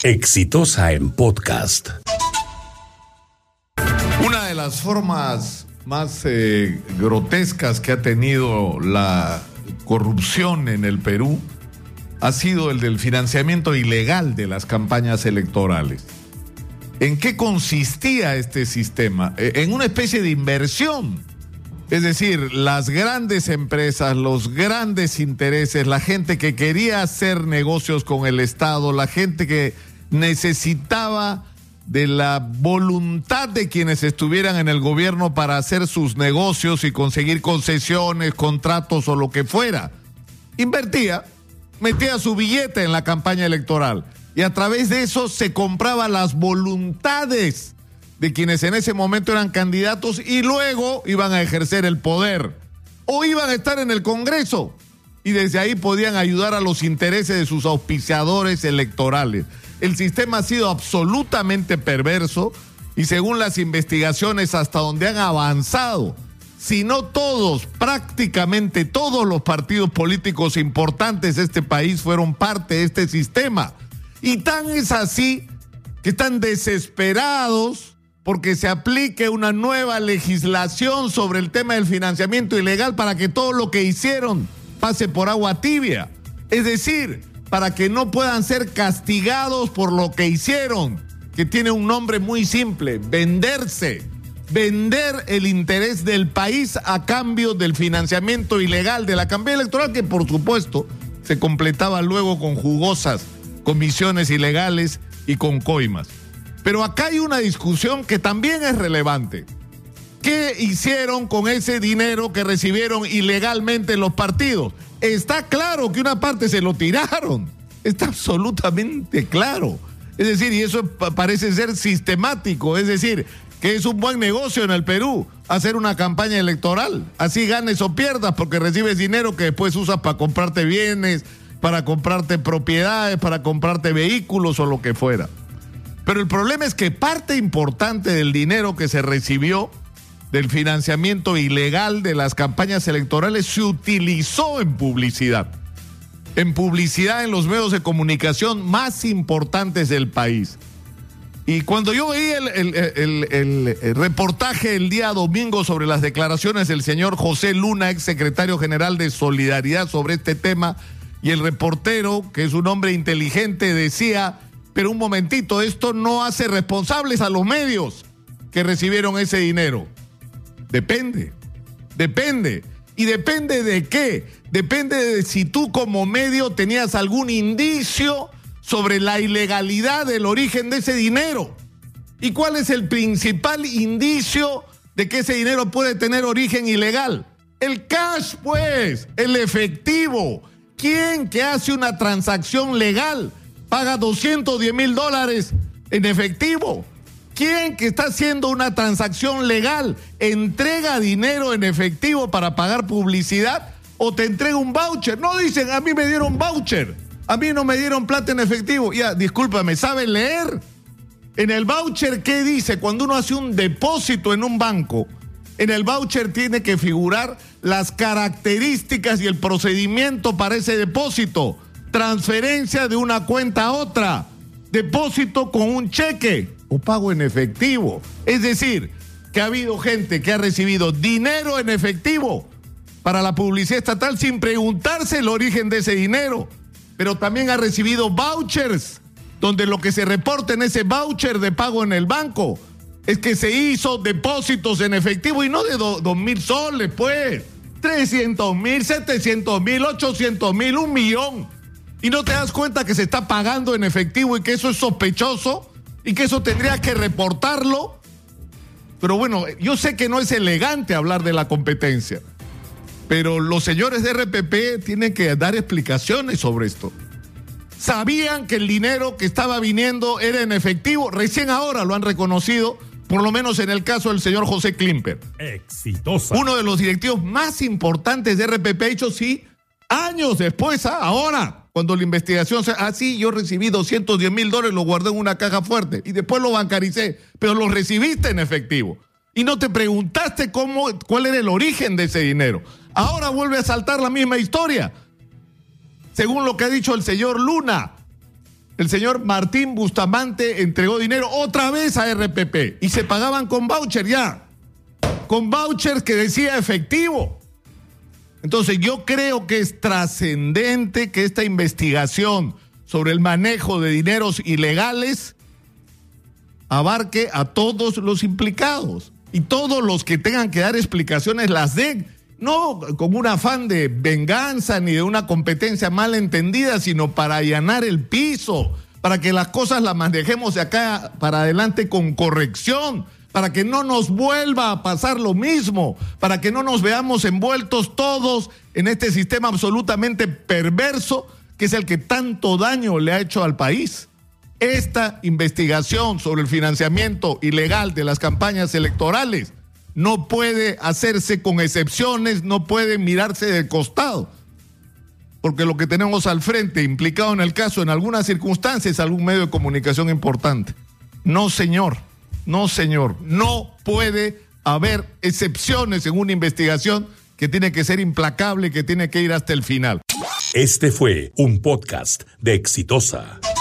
Exitosa en podcast. Una de las formas más grotescas que ha tenido la corrupción en el Perú ha sido el del financiamiento ilegal de las campañas electorales. ¿En qué consistía este sistema? En una especie de inversión. Es decir, las grandes empresas, los grandes intereses, la gente que quería hacer negocios con el Estado, la gente que necesitaba de la voluntad de quienes estuvieran en el gobierno para hacer sus negocios y conseguir concesiones, contratos o lo que fuera. Invertía, metía su billete en la campaña electoral y a través de eso se compraba las voluntades de quienes en ese momento eran candidatos y luego iban a ejercer el poder o iban a estar en el Congreso y desde ahí podían ayudar a los intereses de sus auspiciadores electorales. El sistema ha sido absolutamente perverso y según las investigaciones hasta donde han avanzado, si no todos, prácticamente todos los partidos políticos importantes de este país fueron parte de este sistema. Y tan es así que están desesperados porque se aplique una nueva legislación sobre el tema del financiamiento ilegal para que todo lo que hicieron pase por agua tibia. Es decir, para que no puedan ser castigados por lo que hicieron, que tiene un nombre muy simple: venderse. Vender el interés del país a cambio del financiamiento ilegal de la campaña electoral, que por supuesto se completaba luego con jugosas comisiones ilegales y con coimas. Pero acá hay una discusión que también es relevante. ¿Qué hicieron con ese dinero que recibieron ilegalmente los partidos? Está claro que una parte se lo tiraron. Está absolutamente claro. Es decir, y eso parece ser sistemático. Es decir, que es un buen negocio en el Perú hacer una campaña electoral. Así ganes o pierdas porque recibes dinero que después usas para comprarte bienes, para comprarte propiedades, para comprarte vehículos o lo que fuera. Pero el problema es que parte importante del dinero que se recibió del financiamiento ilegal de las campañas electorales se utilizó en publicidad en los medios de comunicación más importantes del país. Y cuando yo veía el reportaje el día domingo sobre las declaraciones del señor José Luna, ex secretario general de Solidaridad, sobre este tema, y el reportero, que es un hombre inteligente, decía: pero un momentito, esto no hace responsables a los medios que recibieron ese dinero. Depende. ¿Y depende de qué? Depende de si tú como medio tenías algún indicio sobre la ilegalidad del origen de ese dinero. ¿Y cuál es el principal indicio de que ese dinero puede tener origen ilegal? El cash, pues, el efectivo. ¿Quién que hace una transacción legal paga $210,000 en efectivo? ¿Quién que está haciendo una transacción legal entrega dinero en efectivo para pagar publicidad o te entrega un voucher? No dicen: a mí me dieron voucher, a mí no me dieron plata en efectivo. Ya, discúlpame, ¿saben leer? En el voucher, ¿qué dice? Cuando uno hace un depósito en un banco, en el voucher tiene que figurar las características y el procedimiento para ese depósito. Transferencia de una cuenta a otra, depósito con un cheque o pago en efectivo. Es decir, que ha habido gente que ha recibido dinero en efectivo para la publicidad estatal sin preguntarse el origen de ese dinero, pero también ha recibido vouchers donde lo que se reporta en ese voucher de pago en el banco es que se hizo depósitos en efectivo y no de 2,000 soles, pues 300,000, 700,000, 800,000, 1,000,000. Y no te das cuenta que se está pagando en efectivo y que eso es sospechoso y que eso tendría que reportarlo. Pero bueno, yo sé que no es elegante hablar de la competencia, pero los señores de RPP tienen que dar explicaciones sobre esto. Sabían que el dinero que estaba viniendo era en efectivo, recién ahora lo han reconocido, por lo menos en el caso del señor José Klimper. Exitosa. Uno de los directivos más importantes de RPP, hecho sí, años después, ahora, cuando la investigación sí, yo recibí $210,000, lo guardé en una caja fuerte y después lo bancaricé, pero lo recibiste en efectivo y no te preguntaste cuál era el origen de ese dinero. Ahora vuelve a saltar la misma historia. Según lo que ha dicho el señor Luna, el señor Martín Bustamante entregó dinero otra vez a RPP y se pagaban con voucher ya, con voucher que decía efectivo. Entonces yo creo que es trascendente que esta investigación sobre el manejo de dineros ilegales abarque a todos los implicados y todos los que tengan que dar explicaciones las den, no con un afán de venganza ni de una competencia mal entendida, sino para allanar el piso, para que las cosas las manejemos de acá para adelante con corrección, para que no nos vuelva a pasar lo mismo, para que no nos veamos envueltos todos en este sistema absolutamente perverso que es el que tanto daño le ha hecho al país. Esta investigación sobre el financiamiento ilegal de las campañas electorales no puede hacerse con excepciones, no puede mirarse de costado, porque lo que tenemos al frente, implicado en el caso, en algunas circunstancias, algún medio de comunicación importante. No, señor, no puede haber excepciones en una investigación que tiene que ser implacable, que tiene que ir hasta el final. Este fue un podcast de Exitosa.